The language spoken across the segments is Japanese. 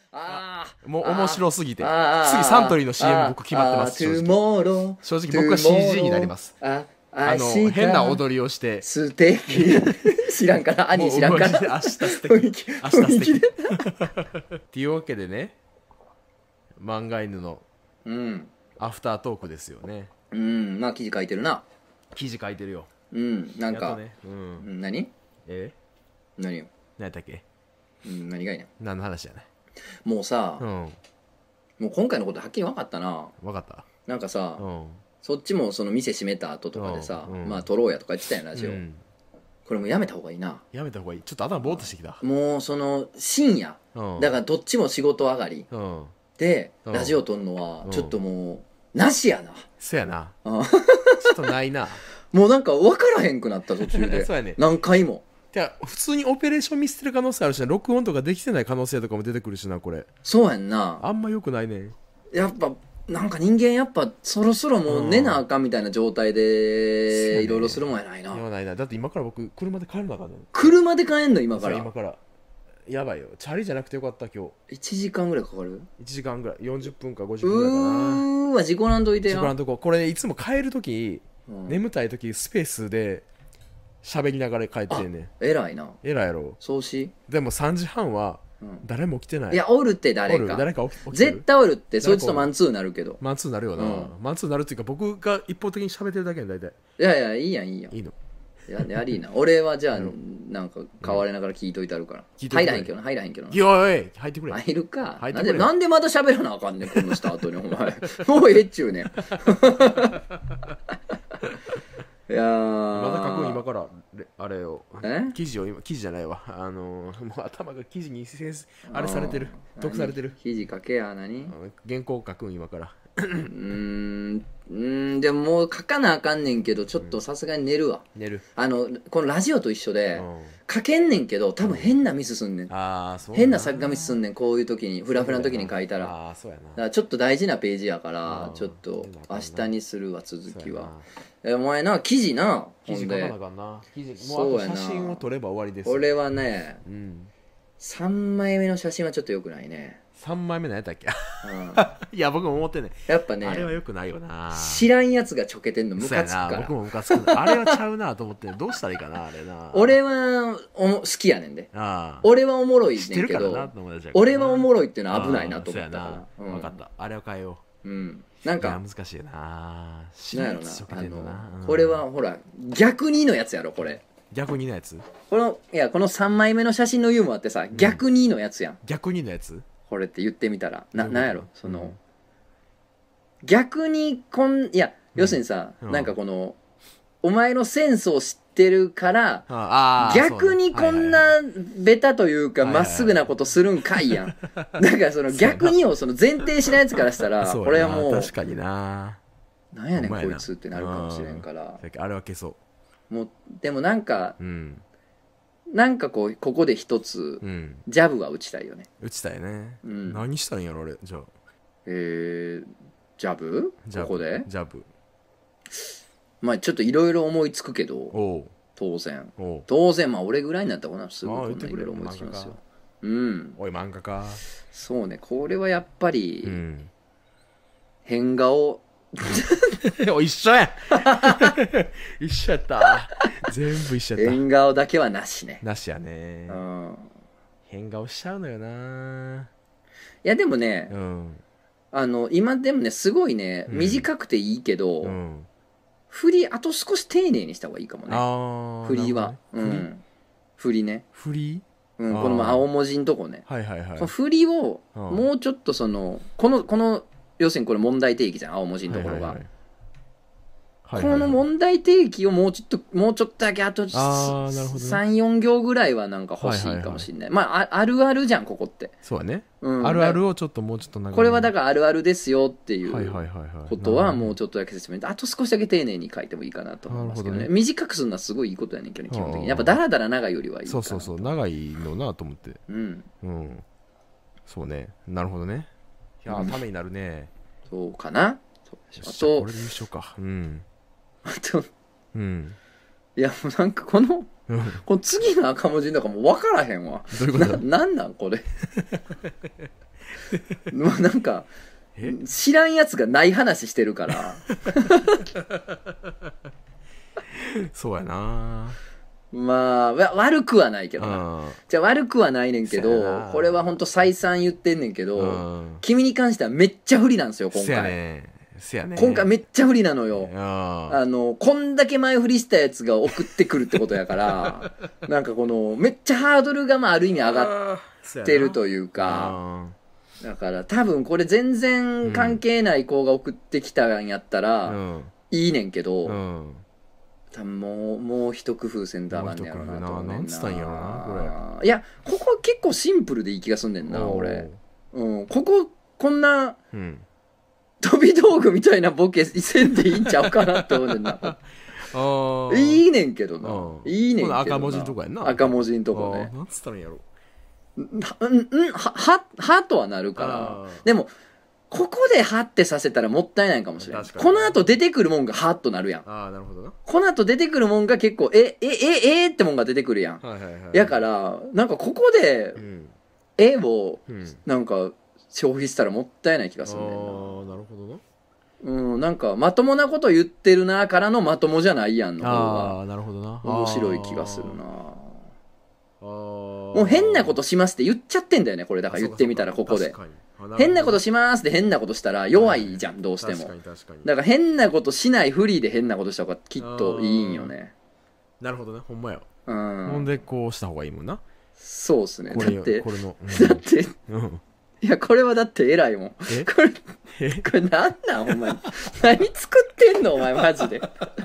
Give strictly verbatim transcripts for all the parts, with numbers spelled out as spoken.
ああもう面白すぎて次あサントリーの シーエム 僕決まってます正直正直僕は シージー になりますああの変な踊りをして素敵知らんから兄知らんから明日素敵雰囲気明日素雰囲気敵でっていうわけでね漫画犬のうんアフタートークですよねうんまあ記事書いてるな記事書いてるようんなんか、 やっとねうんうん何え何よ、 何やったっけうん、何がいいね何の話やねもうさ、 うんもう今回のことはっきり分かったな分かったなんかさ、 うんそっちもその店閉めた後とかでさ、 うんうんまあ撮ろうやとか言ってたやんラジオ、 うんこれもうやめた方がいいなやめた方がいいちょっと頭ボーっとしてきたもうその深夜うんだからどっちも仕事上がりうんでうんラジオ撮るのはうんちょっともうなしやなそやなうんちょっとないなもうなんか分からへんくなった途中でそうやね何回もじゃあ普通にオペレーションミスってる可能性あるしな録音とかできてない可能性とかも出てくるしなこれそうやんなあんま良くないねやっぱなんか人間やっぱそろそろもう寝なあかんみたいな状態でいろいろするもんやないな、 言わないなだって今から僕車で帰るのあかんねん車で帰んの今からそう今からやばいよチャリじゃなくてよかった今日いちじかんぐらいかかるいちじかんぐらいよんじゅっぷんかごじうゅっぷんぐらいかなーわ事故なんといてよ自分のとここれいつも帰るとき、 うん眠たいときスペースで喋りながら帰ってんねん偉いなえらいやろそうし、 でもさんじはんはうん誰も来てないいやおるって誰おるか誰か起き起きて絶る対おるって誰かおるそいつとマンツーになるけどマンツーになるよな、 うんマンツーになるっていうか僕が一方的に喋ってるだけで大体いやいやいいやんいいやんいいのややりいな俺はじゃあ、 うんなんか変われながら聞いといてあるから、 聞いといてくれ入らへんけどな入らへんけどないやおい入ってくれ入るか入ってくれなんでなんでまだ喋らなあかんねんこのした後にお前もうええっちゅうねんいやーまだ書くん今からレあれをえ記事を今記事じゃないわあのーもう頭が記事にセンスあれされてる得されてる記事書けや何う原稿書くん今からーんうーんでももう書かなあかんねんけどちょっとさすがに寝るわ、 寝る、 あのこのラジオと一緒で、 うん書けんねんけど多分変なミスすんねん、 ああそう変な作画ミスすんねんこういう時にフラフラの時に書いたらああそうやなだからちょっと大事なページやからうんちょっと明日にするわ続きはそうやなえお前な記事なほんで記事書かなあかんな記事もそううやなあと写真を撮れば終わりです俺はねうんさんまいめの写真はちょっと良くないね、 さんまいめ何やったっけうん、 いや僕も思ってんねやっぱあれはね良くないよな知らんやつがちょけてんのムそうやカつくからな僕もムカつくなあれはちゃうなと思ってどうしたらいいかなあれな俺はおも好きやねんでああ俺はおもろい知っねんけてるからなど友達やからな俺はおもろいっていうのは危ないなと思ったかああらそうやな分かったあれを変えようん、うん、なんういやか難しいな知なんやろならんやつちょけあてんのなうんのこれはほら逆にのやつやろこれ逆にのやつこのいやこのさんまいめの写真のユーモアってさ逆にのやつやん逆にのやつこれって言ってみたらなうんなんやろその、 うん逆にこんいや要するにさ、 うんなんかこのお前のセンスを知ってるからああ逆にこんなベタというかはいはいはいまっすぐなことするんかいやんだからその逆にをその前提しないやつからしたらそうやなこれはもう確かにななんやねんほんまやなこいつってなるかもしれんからあれは消そもうでもなんかううんなんかこうここで一つうんジャブは打ちたいよね打ちたいねうん何したらいいんやろあれじゃあえー、ジャブジャブここでジャブまあちょっといろいろ思いつくけどおう当然おう当然まあ俺ぐらいになったらこんなすぐこああ言ってくれんないろいろ思いつきますよ漫うんおい漫画かそうねこれはやっぱり、 うん変顔お一緒や一緒やった全部一緒やった変顔だけはなしねなしやねうん変顔しちゃうのよないやでもね、 うんあの今でもねすごいね、 うん短くていいけど、 うん振りあと少し丁寧にした方がいいかもねああ振りは、うん振りね、 振りうん、 あーこの青文字のとこね、 はいはいはいその振りをうんもうちょっとそのこのこの要するにこれ問題提起じゃん青文字のところが、 はいはいはいこの問題提起をもうちょっともうちょっとだけあとあーなるほどねさんよん行ぐらいはなんか欲しいかもしれない、まあああるあるじゃんここって、 そうやねうん、 あるあるをちょっともうちょっと長めにこれはだからあるあるですよっていうはいはいはいはいことはもうちちょっとだけ説明あと少しだけ丁寧に書いてもいいかなと思いますけどねなるほど短くするのはすごいいいことやねんけどね基本的あーにやっぱダラダラ長いよりはいいかなそうそうそう長いのなと思ってうんうんそうねなるほどねいやうんーためになるねそうかなそうよあとしじゃあこれで優勝かうんあとうんいやもうなんかこのうんこの次の赤文字とかもう分からへんわどういうことななんなんこれもうなんかえ知らんやつがない話してるからそうやな。 まあわ悪くはないけうどな。 ん。 じゃあ悪くはないねんけそうやなど、これはほんと再三言ってんねんけど、 うん君に関してはめっちゃ不利なんですよ今せや回。 ね。せやね。 今回めっちゃ不利なのよ。 ああのこんだけ前振りしたやつが送ってくるってことやからなんかこのめっちゃハードルがまあある意味上がってるというか、だから多分これ全然関係ない子が送ってきたんやったうらん。 いいねんけど、 うん。 多分もうもう一工夫せんとあかんねやろなと思うねんな。 もう一工夫ななんつったんやろなこれいやここ結構シンプルでいい気がすんねんなおー俺、うん、こここんなうん。 飛び道具みたいなボケせんでいいんちゃうかなって思うねんなああ。 いいねんけどなうんいいねんけどな赤文字んとこやんな。 赤文字んとこねあーなんつったらいいんやろ。 うんうんはははとはなるからあーでもここではってさせたらもったいないかもしれない確かにこの後出てくるもんがはっとなるやんああ、なるほどな。 この後出てくるもんが結構ええええってもんが出てくるやんはいはいはい。 やからなんかここでうん。 絵をうん。 なんか消費したらもったいない気がああするねんなー、なるほどな。 うんなんかまともなこと言ってるなからのまともじゃないやんの方ああ、なるほどな。 が面白い気がするなああ。ももう変なことしますって言っちゃってんだよねこれだから言ってみたらここで変なことしますって変なことしたら弱いじゃんどうしても確かに確かに。 だから変なことしないフリーで変なことした方がきっといいんよねなるほどね、ほんまや。 うほんんでこうした方がいいもんな。 そうっすねこれよだってこれの。 だってうんうんいやこれはだって偉いもんえこれえこれなんなんほんまに何作ってんのお前マジで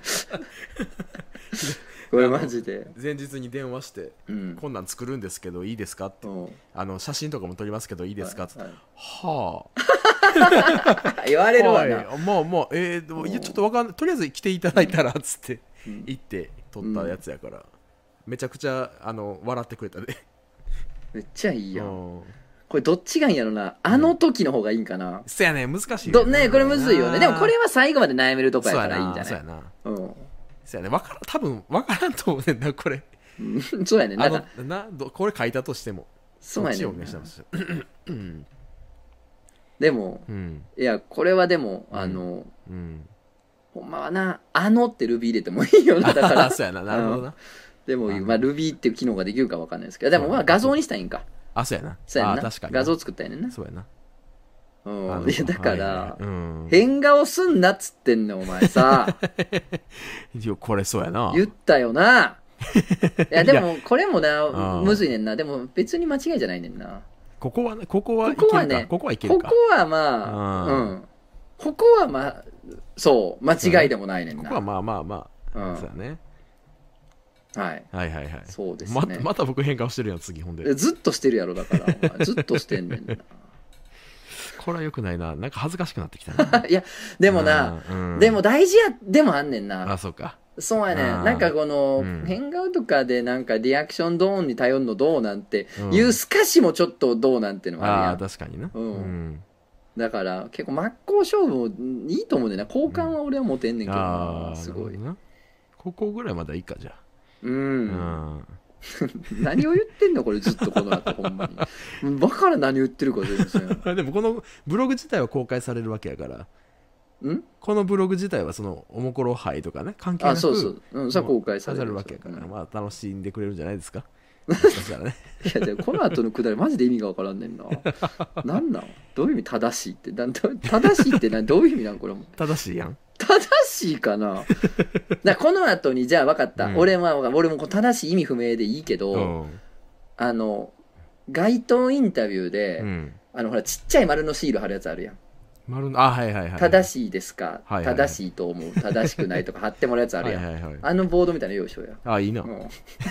これマジで前日に電話してうんこんなん作るんですけどいいですかってうんあの写真とかも撮りますけどいいですかってはいは言わあれるわな、 はいまあまあえーでもいやちょっとわかんないとりあえず来ていただいたらっつってうん行って撮ったやつやからめちゃくちゃあの笑ってくれたでめっちゃいいやんうんこれどっちがいいんやろなあの時の方がいいんかな、 そやね難しいどねこれむずいよねでもこれはは最後まで悩めるとこやからいいんじゃないそうやなうんそうやねわからん多分わからんと思うねんなこれうんそうやねんあなんかのなどこれ書いたとしてもそうやねそっちをんなお願いしてますうんでもうんいやこれはでもあの、 うんほんまはな「あの」ってルビー入れてもいいよなだからあそうやななるほどなでもあのまあルビーっていう機能ができるかわかんないですけどでもまあ画像にしたらいいんかあそうやなそうやんなあ確かに画像作ったんやねんなそうやなうんいやだから、 はいはいはいうん変顔すんなっつってんねんお前さいやこれそうやな言ったよないやでもこれもなうんむずいねんなでも別に間違いじゃないねんなここはねここはいけここはねるかここはいけるかここはまあううんんここはまあそう間違いでもないねんなここはまあまあまあうんそうやねはいはいはいはいそうですねままた僕変顔してるやん次ほんでずっとしてるやろだからお前ずっとしてんねんなこれはよくないななんか恥ずかしくなってきたないやでもなうんでも大事やでもあんねんなあそうかそうやねうんんなんかこのうん変顔とかでなんかリアクションドーンに頼るのどうなんてうんいう透かしもちょっとどうなんてのもあるああやん確かになうんうんだから結構真っ向勝負もいいと思うねんな好感は俺は持てんねんけどあなあすごいなるほどなここぐらいまではいいかじゃうあうんん何を言ってんのこれずっとこの後ほんまにバカら何言ってるか全然でもこのブログ自体は公開されるわけやからんこのブログ自体はそのおもころ杯とかね関係なくあそうそううんさ公開されるされるわけやからうんまあ楽しんでくれるんじゃないですかもしかしたらねいやでもこの後のくだりマジで意味が分からんねんななんなんどういう意味正しいってなんど正しいってなどういう意味なんこれも正しいやん正しいかなだからこの後にじゃあ分かった、 うん俺は俺もこう正しい意味不明でいいけど、 うんあの街頭インタビューで、 うんあのほらちっちゃい丸のシール貼るやつあるやん丸のあはいはいはい正しいですか、 はいはいはい正しいと思う正しくないとか貼ってもらうやつあるやん、 はいはいはいあのボードみたいなの用意しようや、 あいいなうん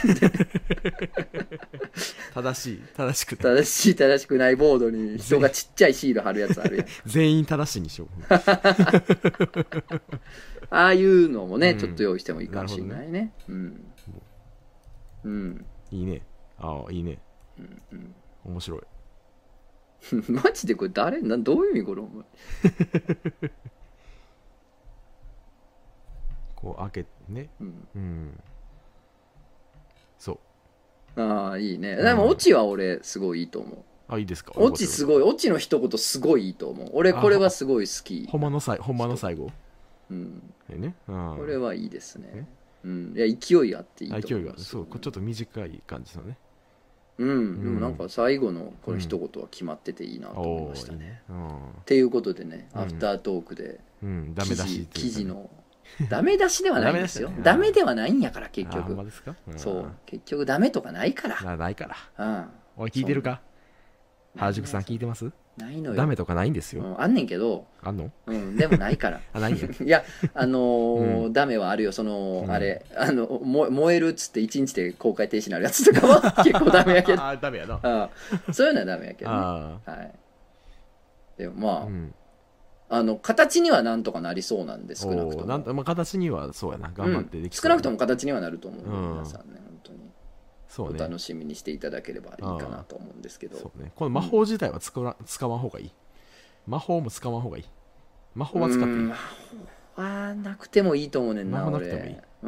正しい正しくない正しい正しくないボードに人がちっちゃいシール貼るやつあるやん全員正しいにしようああいうのもね、 うんちょっと用意してもいいかもしれないねうんうんいいねあいいねうんうん面白いマジでこれ誰などういう意味これお前こう開けてねうんうんそうああいいねでもオチは俺すごいいいと思うあ、いいですか。 オチすごい、オチの一言すごいいいと思う。俺これはすごい好き。 ほんまの最ほんまの最後。 うん。 えね。 これはいいですね。うん。いや勢いあっていいと思う。 勢いがそう、ちょっと短い感じのね。 うん。でもなんか最後のこの一言は決まってていいなと思いましたね。 うん。 っていうことでね、アフタートークで、 うん、ダメ出し記事の。ダメ出しではないんですよ。ダメではないんやから結局。そう結局ダメとかないから。 ないから。 うん。 おい聞いてるか。原宿さん聞いてます？ ないのよ。 ダメとかないんですよ。 あんねんけど。 あんの？ うん、でもないから。 あ、ないや。 いや、あのダメはあるよ。そのあれ、あの燃えるっつって一日で公開停止になるやつとかは結構ダメやけど。 あ、ダメやな。 そういうのはダメやけどね。はい。でもまあ、あの形にはなんとかなりそうなんで少なくとも。なんまあ形にはそうやな。頑張ってできそう。少なくとも形にはなると思う。皆さんね、本当に。 そうね、 お楽しみにしていただければいいかなと思うんですけど、 そうね、この魔法自体は使わ、うん、使わん方がいい。魔法も使わん方がいい。魔法は使っていい。魔法はなくてもいいと思うねんな。魔法なくてもいい。うん、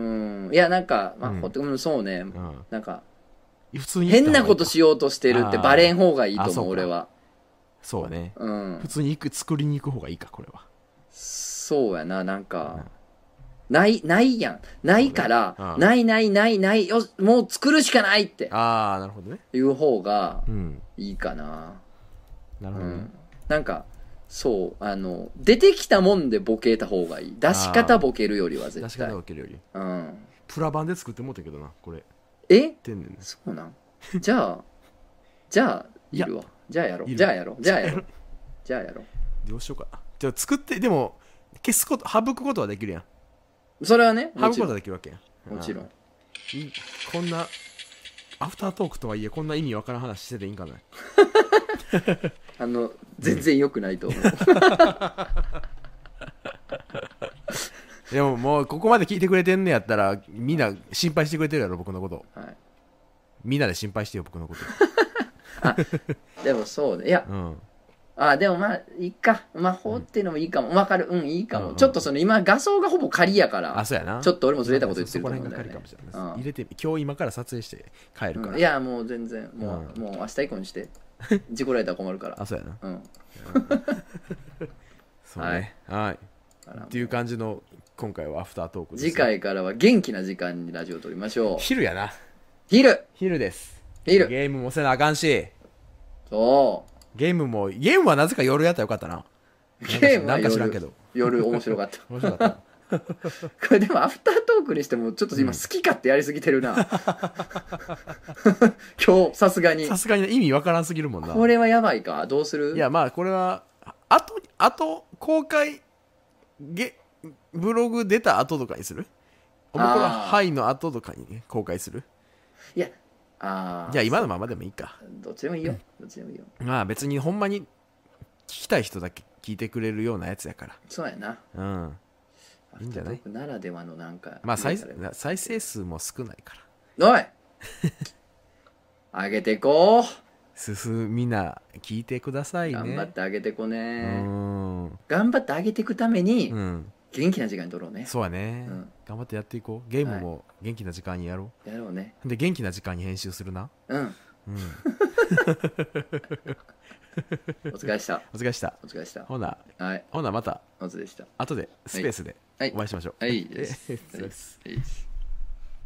いやなんか魔法って、うん、そうね、うん、なんか普通に変なことしようとしてるってバレん方がいいと思う。俺はそうね、うん、普通に行く作りに行く方がいいかこれは。 そうやな、なんか、うんないないやんないから、ああないないないないよもう作るしかないってああなるほどねいう方がいいかな、 うん、なるほど、ねうん、 なんかそうあの出てきたもんでボケた方がいい。出し方ボケるよりは絶対出し方ボケるより、 うん、 プラ版で作ってもうたけどなこれ。 えそうなんじゃあじゃあいるわ。じゃあやろうじゃあやろうじゃあやろうじゃあやろうどうしようかな。じゃあ作ってでも消すこと省くことはできるやん。 それはね、 省くことができるわけやん。もちろん。 こんなアフタートークとはいえこんな意味わからん話してていいんかな。 あの全然良くないと思う。 でももうここまで聞いてくれてんねやったらみんな心配してくれてるやろ僕のこと。はい、みんなで心配してよ僕のこと。 あでもそうね。いや。うんあでもまあいいか魔法っていうのもいいかも分かる。うんいいかも、うんうん、ちょっとその今画像がほぼ仮やからあそうやなちょっと俺もずれたこと言ってると思うんだよね。 入れて今日今から撮影して帰るから、 うん、いやもう全然もう、うん、もう明日以降にして事故られたら困るから。 あそうやな、 うん、 そうねはい、はい、っていう感じの今回はアフタートークです、ね、 次回からは元気な時間にラジオを撮りましょう。 昼やな。 昼昼です昼ゲームもせなあかんし。 そうゲームもゲームはなぜか夜やったらよかったな。 ゲームはなんか知らんけど夜面白かった面白かったこれでもアフタートークにしてもちょっと今好き勝手やりすぎてるな、うん、今日さすがにさすがに意味わからんすぎるもんな。 これはやばいか。どうする。 いやまあこれはあとあと公開ゲブログ出た後とかにする。おもころハイの後とかに、ね、公開する。 いやあじゃあ今のままでもいいか。 どっちでもいいよどっちでもいいよ。 まあ別にほんまに聞きたい人だけ聞いてくれるようなやつやから。 そうやな。 うんいいんじゃない。 ならではのなんかまあ 再, 再生数も少ないからおい上げてこう。 進みんな聞いてくださいね。 頑張ってあげてこね。うん頑張ってあげていくために、うん、元気な時間に撮ろうね。 そうやね、うん、頑張ってやっていこう。ゲームも元気な時間にやろう、はい、やろうね。 で元気な時間に編集するな。 うん、うん、お疲れした。 お疲れしたお疲れした。 ほな、 はい、 ほなまたお疲れした。 後でスペースでお会いしましょう。 はい、はい、いいです。はい、いいです。